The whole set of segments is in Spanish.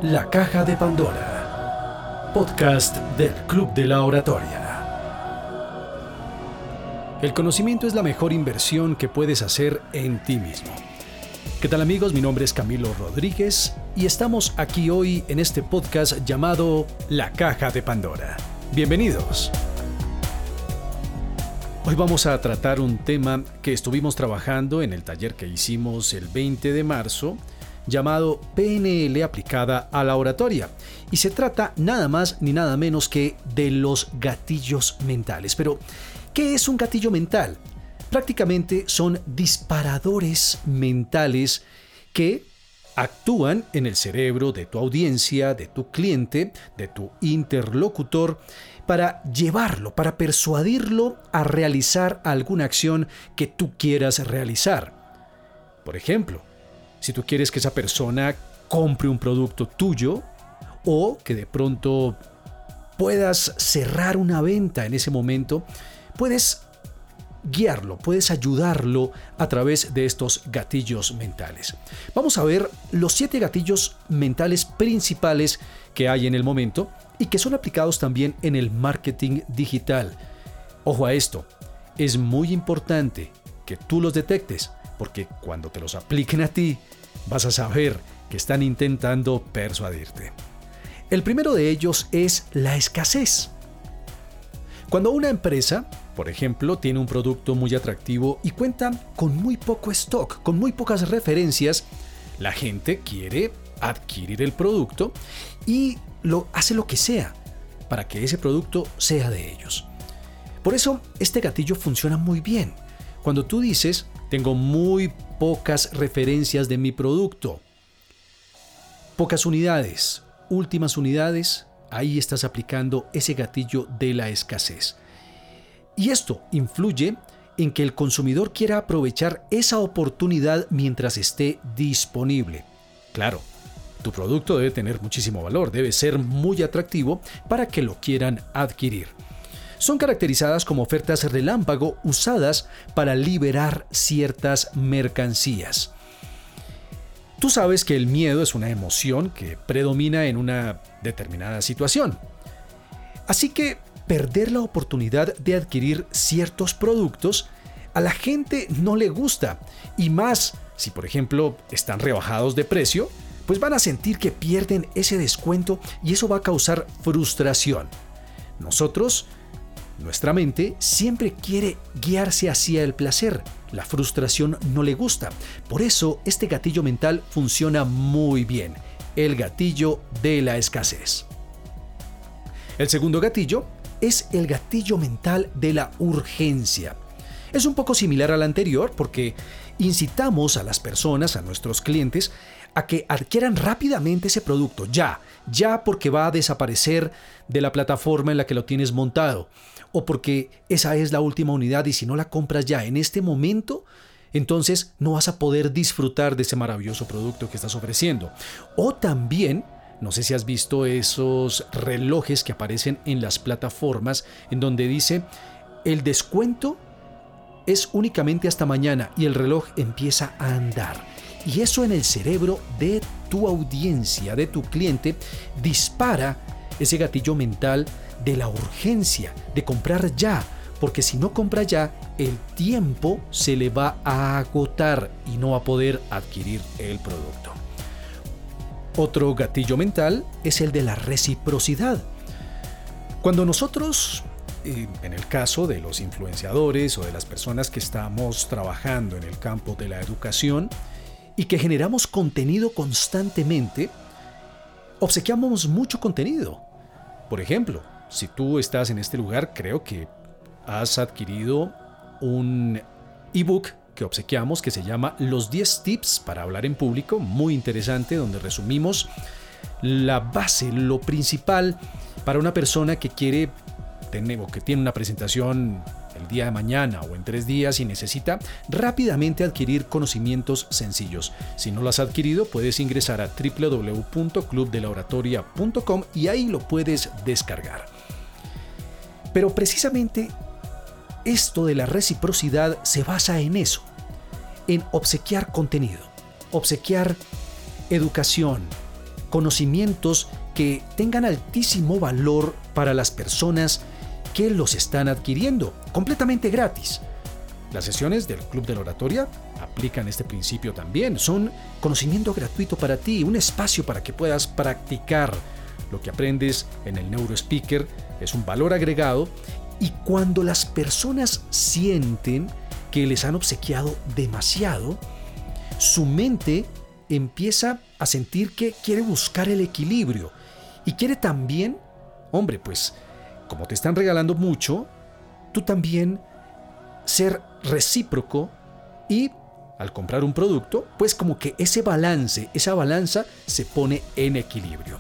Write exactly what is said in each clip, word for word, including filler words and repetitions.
La Caja de Pandora, podcast del Club de la Oratoria. El conocimiento es la mejor inversión que puedes hacer en ti mismo. ¿Qué tal, amigos? Mi nombre es Camilo Rodríguez y estamos aquí hoy en este podcast llamado La Caja de Pandora. Bienvenidos. Hoy vamos a tratar un tema que estuvimos trabajando en el taller que hicimos el veinte de marzo, llamado P N L aplicada a la oratoria. Y se trata nada más ni nada menos que de los gatillos mentales. Pero, ¿qué es un gatillo mental? Prácticamente son disparadores mentales que actúan en el cerebro de tu audiencia, de tu cliente, de tu interlocutor, para llevarlo, para persuadirlo a realizar alguna acción que tú quieras realizar. Por ejemplo, si tú quieres que esa persona compre un producto tuyo o que de pronto puedas cerrar una venta en ese momento, puedes guiarlo, puedes ayudarlo a través de estos gatillos mentales. Vamos a ver los siete gatillos mentales principales que hay en el momento y que son aplicados también en el marketing digital. Ojo a esto, es muy importante que tú los detectes, porque cuando te los apliquen a ti, vas a saber que están intentando persuadirte. El primero de ellos es la escasez. Cuando una empresa, por ejemplo, tiene un producto muy atractivo y cuenta con muy poco stock, con muy pocas referencias, la gente quiere adquirir el producto y lo hace lo que sea para que ese producto sea de ellos. Por eso, este gatillo funciona muy bien. Cuando tú dices, tengo muy pocas referencias de mi producto, pocas unidades, últimas unidades, ahí estás aplicando ese gatillo de la escasez. Y esto influye en que el consumidor quiera aprovechar esa oportunidad mientras esté disponible. Claro, tu producto debe tener muchísimo valor, debe ser muy atractivo para que lo quieran adquirir. Son caracterizadas como ofertas relámpago usadas para liberar ciertas mercancías. Tú sabes que el miedo es una emoción que predomina en una determinada situación. Así que perder la oportunidad de adquirir ciertos productos a la gente no le gusta. Y más si, por ejemplo, están rebajados de precio, pues van a sentir que pierden ese descuento y eso va a causar frustración. Nosotros, nuestra mente siempre quiere guiarse hacia el placer. La frustración no le gusta. Por eso, este gatillo mental funciona muy bien. El gatillo de la escasez. El segundo gatillo es el gatillo mental de la urgencia. Es un poco similar al anterior porque incitamos a las personas, a nuestros clientes, a que adquieran rápidamente ese producto, ya, ya porque va a desaparecer de la plataforma en la que lo tienes montado, o porque esa es la última unidad y si no la compras ya en este momento, entonces no vas a poder disfrutar de ese maravilloso producto que estás ofreciendo. O también, no sé si has visto esos relojes que aparecen en las plataformas en donde dice el descuento es únicamente hasta mañana y el reloj empieza a andar. Y eso en el cerebro de tu audiencia, de tu cliente, dispara ese gatillo mental de la urgencia, de comprar ya, porque si no compra ya, el tiempo se le va a agotar y no va a poder adquirir el producto. Otro gatillo mental es el de la reciprocidad. Cuando nosotros, en el caso de los influenciadores o de las personas que estamos trabajando en el campo de la educación y que generamos contenido constantemente, obsequiamos mucho contenido. Por ejemplo, si tú estás en este lugar, creo que has adquirido un ebook que obsequiamos que se llama Los diez tips para hablar en público, muy interesante, donde resumimos la base, lo principal para una persona que quiere tener o que tiene una presentación el día de mañana o en tres días y necesita rápidamente adquirir conocimientos sencillos. Si no lo has adquirido, puedes ingresar a doble u doble u doble u punto club de la oratoria punto com y ahí lo puedes descargar. Pero precisamente esto de la reciprocidad se basa en eso, en obsequiar contenido, obsequiar educación, conocimientos que tengan altísimo valor para las personas que los están adquiriendo, completamente gratis. Las sesiones del Club de la Oratoria aplican este principio también. Son conocimiento gratuito para ti, un espacio para que puedas practicar lo que aprendes en el NeuroSpeaker. Es un valor agregado, y cuando las personas sienten que les han obsequiado demasiado, su mente empieza a sentir que quiere buscar el equilibrio y quiere también, hombre, pues como te están regalando mucho, tú también ser recíproco, y al comprar un producto, pues como que ese balance, esa balanza se pone en equilibrio.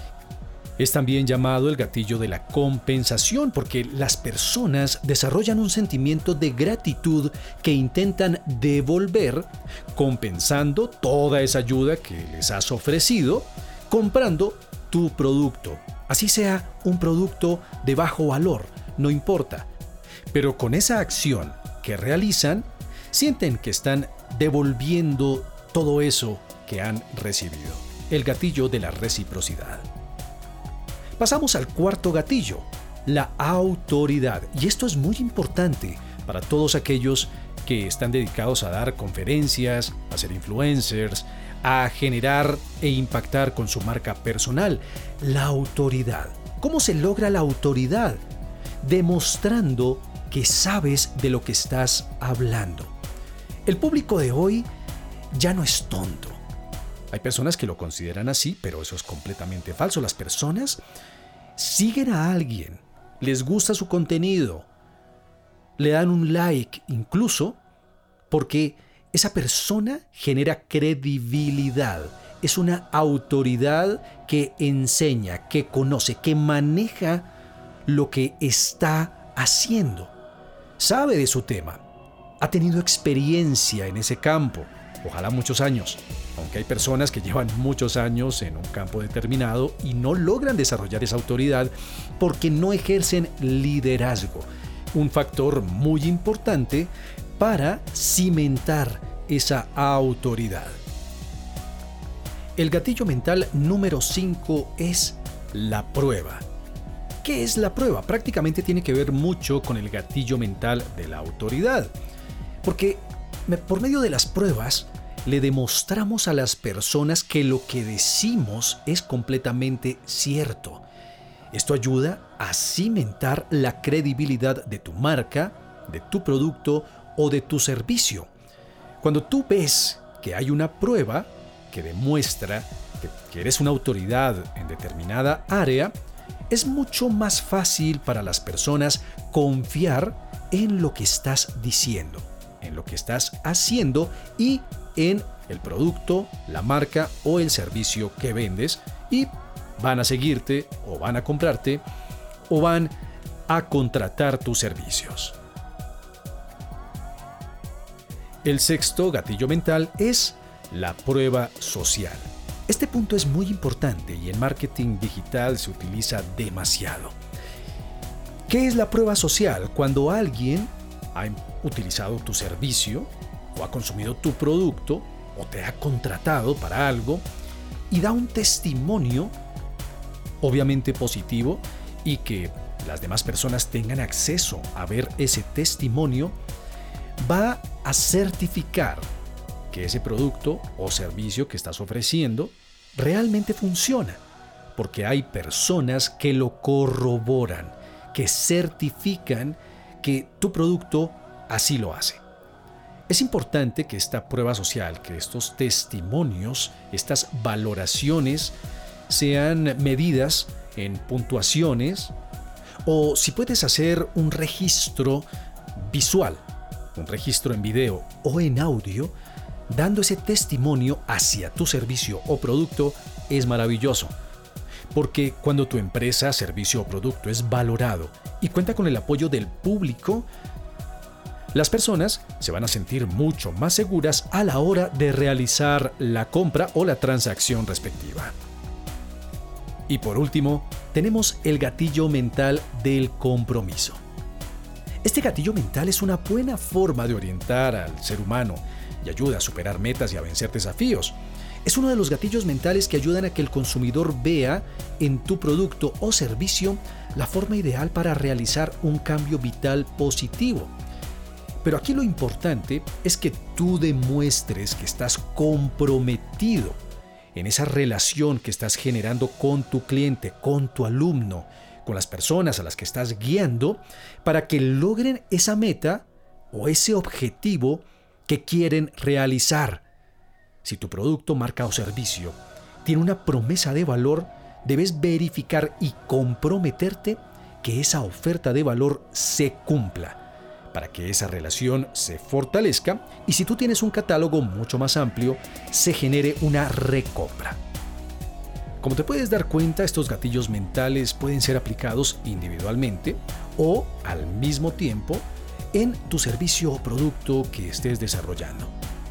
Es también llamado el gatillo de la compensación, porque las personas desarrollan un sentimiento de gratitud que intentan devolver, compensando toda esa ayuda que les has ofrecido, comprando tu producto. Así sea un producto de bajo valor, no importa. Pero con esa acción que realizan, sienten que están devolviendo todo eso que han recibido. El gatillo de la reciprocidad. Pasamos al cuarto gatillo, la autoridad. Y esto es muy importante para todos aquellos que están dedicados a dar conferencias, a ser influencers, a generar e impactar con su marca personal. La autoridad. ¿Cómo se logra la autoridad? Demostrando que sabes de lo que estás hablando. El público de hoy ya no es tonto. Hay personas que lo consideran así, pero eso es completamente falso. Las personas siguen a alguien, les gusta su contenido, le dan un like incluso porque esa persona genera credibilidad. Es una autoridad que enseña, que conoce, que maneja lo que está haciendo. Sabe de su tema, ha tenido experiencia en ese campo, ojalá muchos años, aunque hay personas que llevan muchos años en un campo determinado y no logran desarrollar esa autoridad porque no ejercen liderazgo, un factor muy importante para cimentar esa autoridad. El gatillo mental número cinco es la prueba. ¿Qué es la prueba? Prácticamente tiene que ver mucho con el gatillo mental de la autoridad, porque por medio de las pruebas le demostramos a las personas que lo que decimos es completamente cierto. Esto ayuda a cimentar la credibilidad de tu marca, de tu producto o de tu servicio. Cuando tú ves que hay una prueba que demuestra que, que eres una autoridad en determinada área, es mucho más fácil para las personas confiar en lo que estás diciendo, en lo que estás haciendo y en el producto, la marca o el servicio que vendes, y van a seguirte o van a comprarte o van a contratar tus servicios. El sexto gatillo mental es la prueba social. Este punto es muy importante y en marketing digital se utiliza demasiado. ¿Qué es la prueba social? Cuando alguien ha utilizado tu servicio o ha consumido tu producto o te ha contratado para algo y da un testimonio obviamente positivo y que las demás personas tengan acceso a ver ese testimonio, va a certificar que ese producto o servicio que estás ofreciendo realmente funciona, porque hay personas que lo corroboran, que certifican que tu producto así lo hace. Es importante que esta prueba social, que estos testimonios, estas valoraciones sean medidas en puntuaciones, o si puedes hacer un registro visual, un registro en video o en audio, dando ese testimonio hacia tu servicio o producto, es maravilloso. Porque cuando tu empresa, servicio o producto es valorado y cuenta con el apoyo del público, las personas se van a sentir mucho más seguras a la hora de realizar la compra o la transacción respectiva. Y por último, tenemos el gatillo mental del compromiso. Este gatillo mental es una buena forma de orientar al ser humano y ayuda a superar metas y a vencer desafíos. Es uno de los gatillos mentales que ayudan a que el consumidor vea en tu producto o servicio la forma ideal para realizar un cambio vital positivo. Pero aquí lo importante es que tú demuestres que estás comprometido en esa relación que estás generando con tu cliente, con tu alumno, con las personas a las que estás guiando, para que logren esa meta o ese objetivo que quieren realizar. Si tu producto, marca o servicio tiene una promesa de valor, debes verificar y comprometerte que esa oferta de valor se cumpla, para que esa relación se fortalezca y si tú tienes un catálogo mucho más amplio, se genere una recompra. Como te puedes dar cuenta, estos gatillos mentales pueden ser aplicados individualmente o al mismo tiempo en tu servicio o producto que estés desarrollando.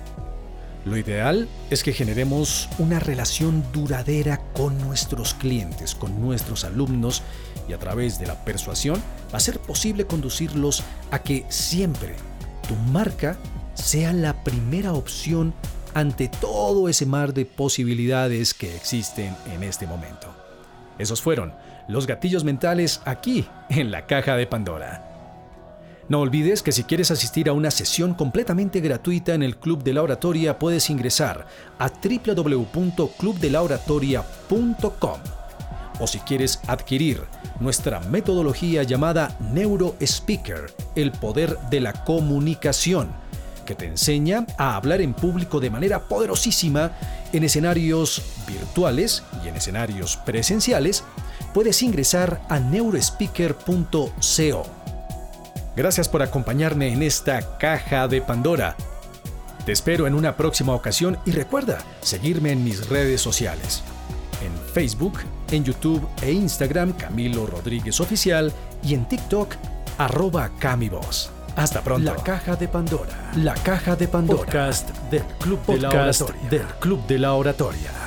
Lo ideal es que generemos una relación duradera con nuestros clientes, con nuestros alumnos, y a través de la persuasión va a ser posible conducirlos a que siempre tu marca sea la primera opción ante todo ese mar de posibilidades que existen en este momento. Esos fueron los gatillos mentales aquí en la Caja de Pandora. No olvides que si quieres asistir a una sesión completamente gratuita en el Club de la Oratoria, puedes ingresar a doble u doble u doble u punto club de la oratoria punto com. O si quieres adquirir nuestra metodología llamada NeuroSpeaker, el poder de la comunicación, que te enseña a hablar en público de manera poderosísima en escenarios virtuales y en escenarios presenciales, puedes ingresar a neurospeaker punto co. Gracias por acompañarme en esta Caja de Pandora. Te espero en una próxima ocasión y recuerda seguirme en mis redes sociales. En Facebook, en YouTube e Instagram, Camilo Rodríguez Oficial, y en TikTok, arroba Camivoz. Hasta pronto. La Caja de Pandora. La Caja de Pandora. Podcast del Club de la Podcast Oratoria. del Club de la Oratoria.